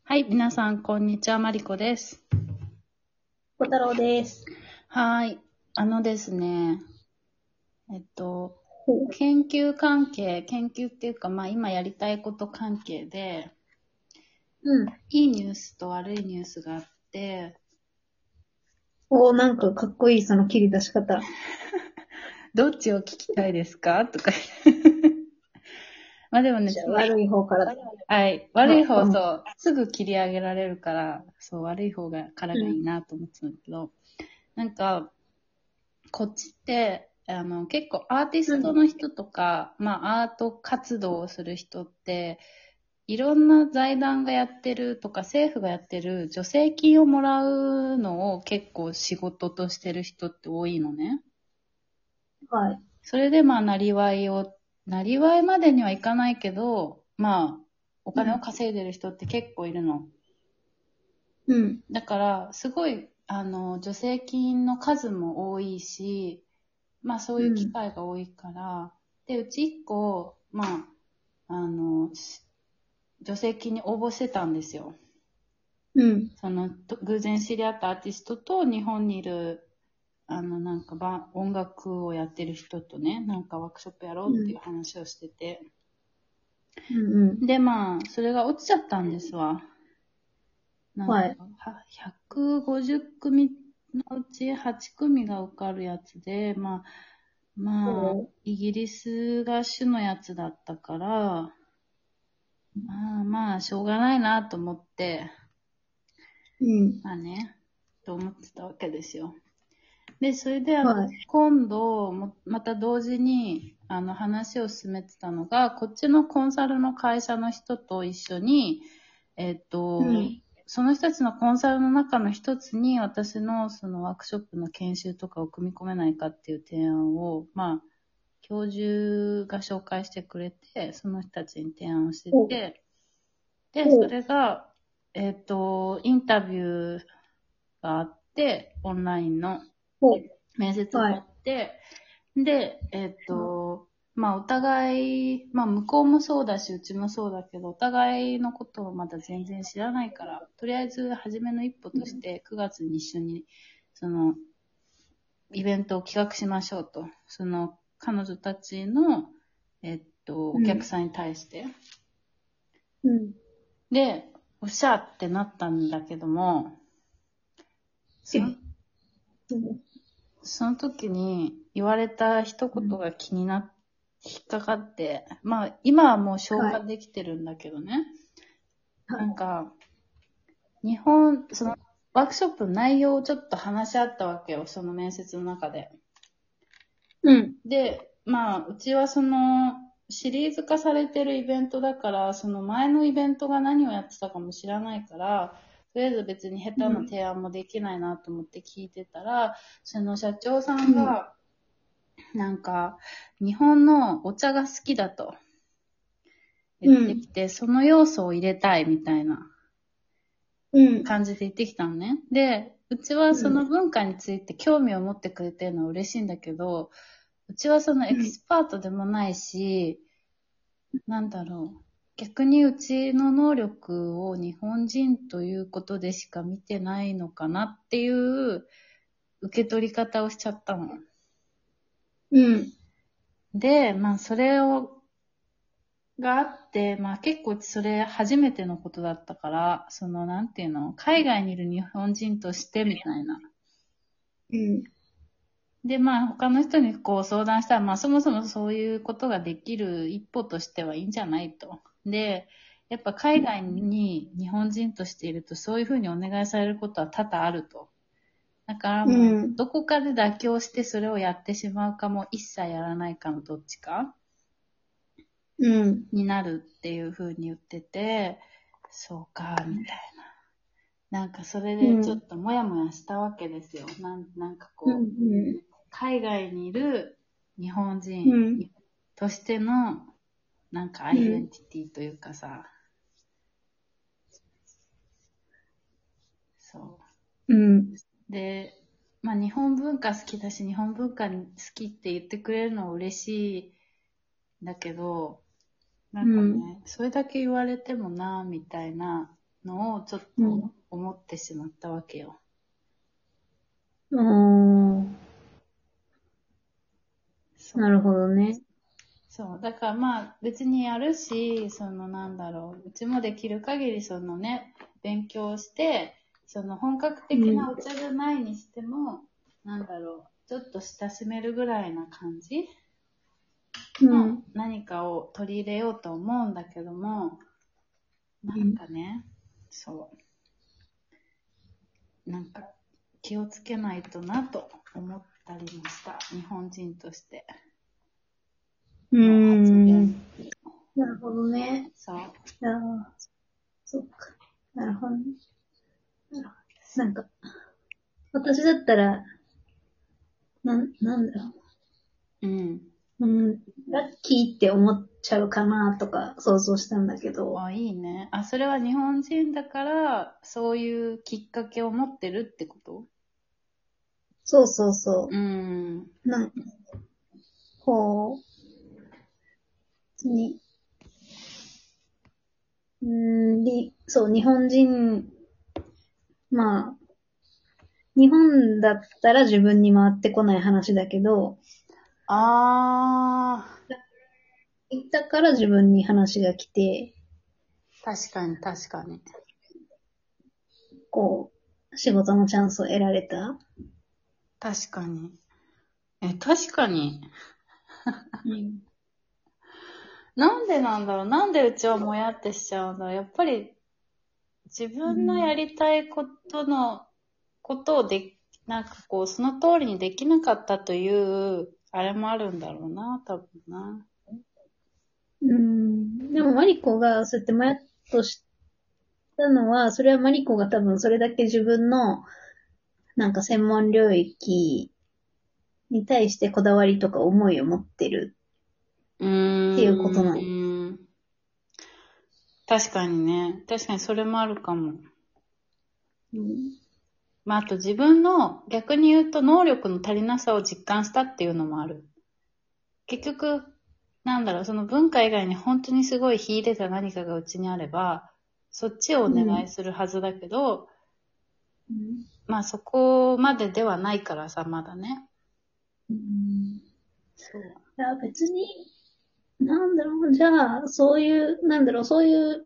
はい、皆さん、こんにちは。マリコです。 小太郎です。 はい。ですね、 ほう。 研究っていうか、まあ、今やりたいこと関係で、 うん。 いいニュースと悪いニュースがあって、 なんかかっこいい、その切り出し方。 どっちを聞きたいですかとか。まあでもね、 じゃあ、悪い方から。 はい。悪い方、 うん。 そう、すぐ切り上げられるから、そう、悪い方からがいいなと思ってたんだけど、なんか、こっちって、結構アーティストの人とか、まあアート活動をする人って、いろんな財団がやってるとか政府がやってる助成金をもらうのを結構仕事としてる人って多いのね。 はい。 それでまあなりわいまでにはいかないけど、まあお金を稼いでる人って結構いるの。 うん。 だからすごい助成金の数も多いし、まあそういう機うん。 会が多いから、で、うち一個、まあ、助成金に応募してたんですよ。 うん。 偶然知り合ったアーティストと日本にいる、なんか音楽をやってる人とね、なんかワークショップやろうっていう話をしてて。 うん。 で、まあ、それが落ちちゃったんですわ。なんか、 はい。 150組のうち8組が受かるやつで、まあ、 おイギリスが主のやつだったから、まあ、しょうがないなと思って、 うん。 まあね、と思ってたわけですよ。で、それではい。 今度また同時に、話を進めてたのが、こっちのコンサルの会社の人と一緒に、 うん。 その人たちのコンサルの中の一つに、私のそのワークショップの研修とかを組み込めないかっていう提案を、まあ、教授が紹介してくれて、その人たちに提案をしておて、で、そおれが、インタビューがあって、オンラインのお面接があはい。 って、で、まあ、お互い、まあ、向こうもそうだし、うちもそうだけど、お互いのことをまだ全然知らないから、とりあえず、初めの一歩として、9月に一緒に、その、イベントを企画しましょうと。その、彼女たちの、お客さんに対して。 うん。 で、おっしゃってなったんだけども、その、 え、うん。 その時に言われた一言が気になっ引っかかって、まあ今はもう消化はい。 できてるんだけどね。 はい。 なんか、そのワークショップの内容をちょっと話し合ったわけよ、その面接の中で。 うん。 で、まあ、うちはその、シリーズ化されてるイベントだから、その前のイベントが何をやってたかも知らないから、とりあえず別に下手な提案もできないなと思って聞いてたら、その社長さんうん。 が、なんか、日本のお茶が好きだと言っうん。 てきて、その要素を入れたいみたいなうん。 感じで言ってきたのね。で、うちはその文化について興味を持ってくれてるのは嬉しいんだけど、うちはそのエキスパートでもないし、なんだろう。逆にうちの能力を日本人ということでしか見てないのかなっていう受け取り方をしちゃったの。 うん。 で、まあそれがあって、まあ結構それ初めてのことだったから、なんていうの、海外にいる日本人としてみたいな。 うん。 で、まあ他の人にこう相談したら、まあそもそもそういうことができる一歩としてはいいんじゃないと。で、やっぱ海外に日本人としているとそういうふうにお願いされることは多々あると。だからうもうん。 どこかで妥協してそれをやってしまうかも一切やらないかのどっちかうん。 になるっていうふうに言ってて、そうか、みたいな。なんかそれでちょっうん。 ともやもやしたわけですよ。なんかうん。 こう、海外にいる日本人うん。 としての、なんかアうん。 イデンティティというかさ、そうん。 う。で、まあ日本文化好きだし、日本文化好きって言ってくれるのは嬉しいんだけど、なんかうん。 ね、それだけ言われてもな、みたいなのをちょっうんと思ってしまったわけよ。そう。 なるほどね。 そう。だからまあ別にやるし、うちもできる限り勉強して、本格的なお茶じゃないにしても、ちょっと親しめるぐらいな感じの何かを取り入れようと思うんだけども、なんかね、気をつけないとなと思ったりもした。日本人として。発言。 なるほどね。 そう。 そっか。なるほどね。なんか、私だったら、なんだろうん。 ラッキーって思っちゃうかなとか想像したんだけど。 あ、いいね。あ、それは日本人だから、そういうきっかけを持ってるってこと？ そうそうそう。こう、別に、そう、日本人、まあ、日本だったら自分に回ってこない話だけど、 あ行ったから自分に話が来て、 確かに確かに。 こう、仕事のチャンスを得られた。 確かに。確かに。なんでなんだろう？なんでうちはもやってしちゃうんだろう？やっぱり自分のやりたいことをその通りにできなかったという、あれもあるんだろうな、多分な。 でもマリコがそうやってもやっとしたのは、それはマリコが多分それだけ自分の専門領域に対してこだわりとか思いを持ってるっていうことなの。 確かにね。確かにそれもあるかも。まあ、あと自分の逆に言うと能力の足りなさを実感したっていうのもある。結局、その文化以外に本当にすごい秀でた何かがうちにあれば、そっちをお願いするはずだけど、まあそこまでではないからさ、まだね。 そう。いや、別に、じゃあ、そういう、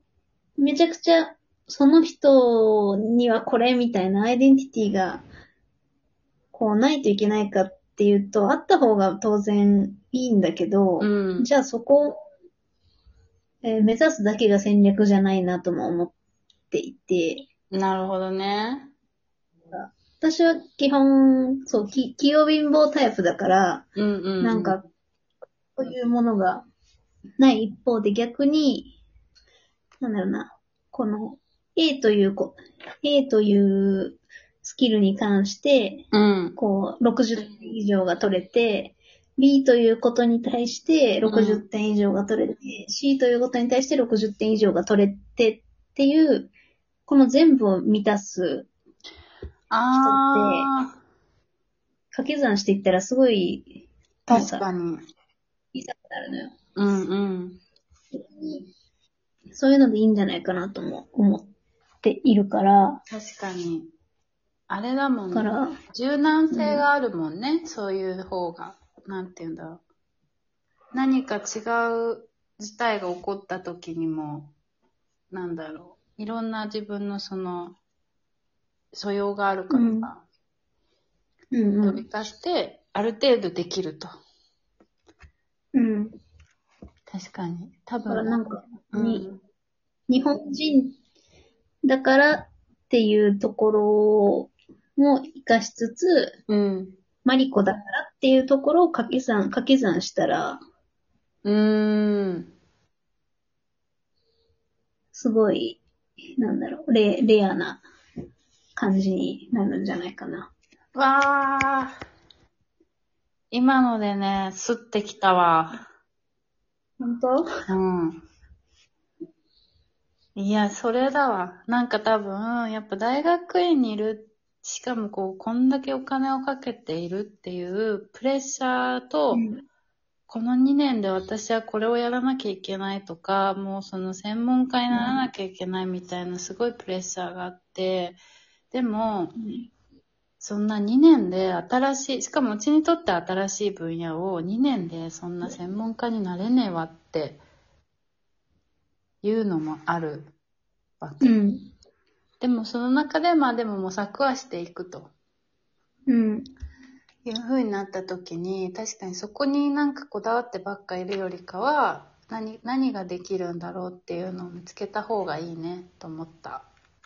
めちゃくちゃ、その人にはこれみたいなアイデンティティが、ないといけないかっていうと、あった方が当然いいんだけど、じゃあそこを、目指すだけが戦略じゃないなとも思っていて。 なるほどね。 私は基本、そう、器用貧乏タイプだから、こういうものがない一方で逆に、この A というスキルに関して、60点以上が取れて、B ということに対して60点以上が取れて、C ということに対して60点以上が取れてっていう、この全部を満たす人って、掛け算していったらすごい、 確かに。 いざになるのよ。そういうのでいいんじゃないかなとも思っているから。 確かに。あれだもんね。柔軟性があるもんね。そういう方が。なんて言うんだろう。何か違う事態が起こった時にも、いろんな自分の素養があるからさ。飛び出して、ある程度できると。確かに。多分。 日本人だからっていうところも活かしつつ、マリコだからっていうところを掛け算したら、すごい、レアな感じになるんじゃないかな。 わー。今のでね、すってきたわ。 本当？ いや、それだわ。多分、やっぱ大学院にいる、しかもこんだけお金をかけているっていうプレッシャーと、 この2年で私はこれをやらなきゃいけないとか、もうその専門家にならなきゃいけないみたいなすごいプレッシャーがあって、でも、そんな2年で新しい、しかもうちにとって新しい分野を2年でそんな専門家になれねえわっていうのもあるわけ。でもその中で、でも模索はしていくと。いう風になった時に、確かにそこになんかこだわってばっかいるよりかは、何ができるんだろうっていうのを見つけた方がいいねと思った。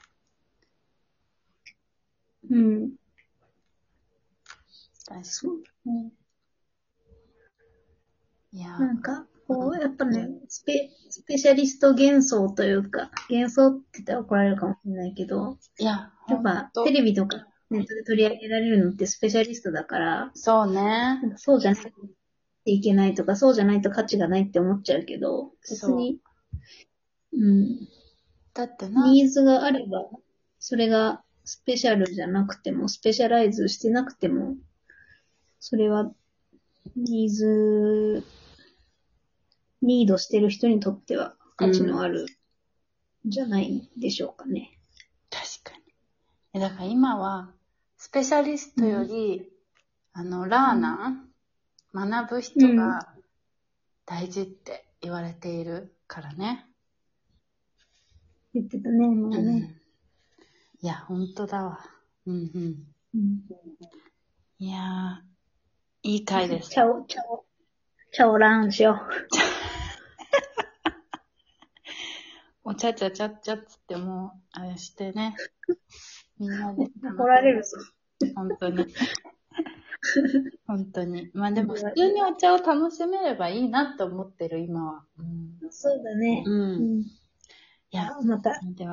確かに。いや。 なんか、やっぱね、スペシャリスト幻想というか、幻想って言ったら怒られるかもしれないけど、 いや、 やっぱテレビとかネットで取り上げられるのってスペシャリストだから、 そうね。 そうじゃないといけないとか、そうじゃないと価値がないって思っちゃうけど、別に、 だってな。 ニーズがあれば、それがスペシャルじゃなくても、スペシャライズしてなくても、それはニードしてる人にとっては価値のある、じゃないでしょうかね。 確かに。だから今は、スペシャリストより、ラーナー、学ぶ人が大事って言われているからね。 言ってたね、もうね。 いや、ほんとだわ。いやー、いい回です。 チャオラーンしよう。 おちゃちゃちゃっちゃっつってもう、あれしてね。みんなで。 怒られるぞ。 本当に。本当に。でも普通にお茶を楽しめればいいなと思ってる、今は。 そうだね。 いや、 また。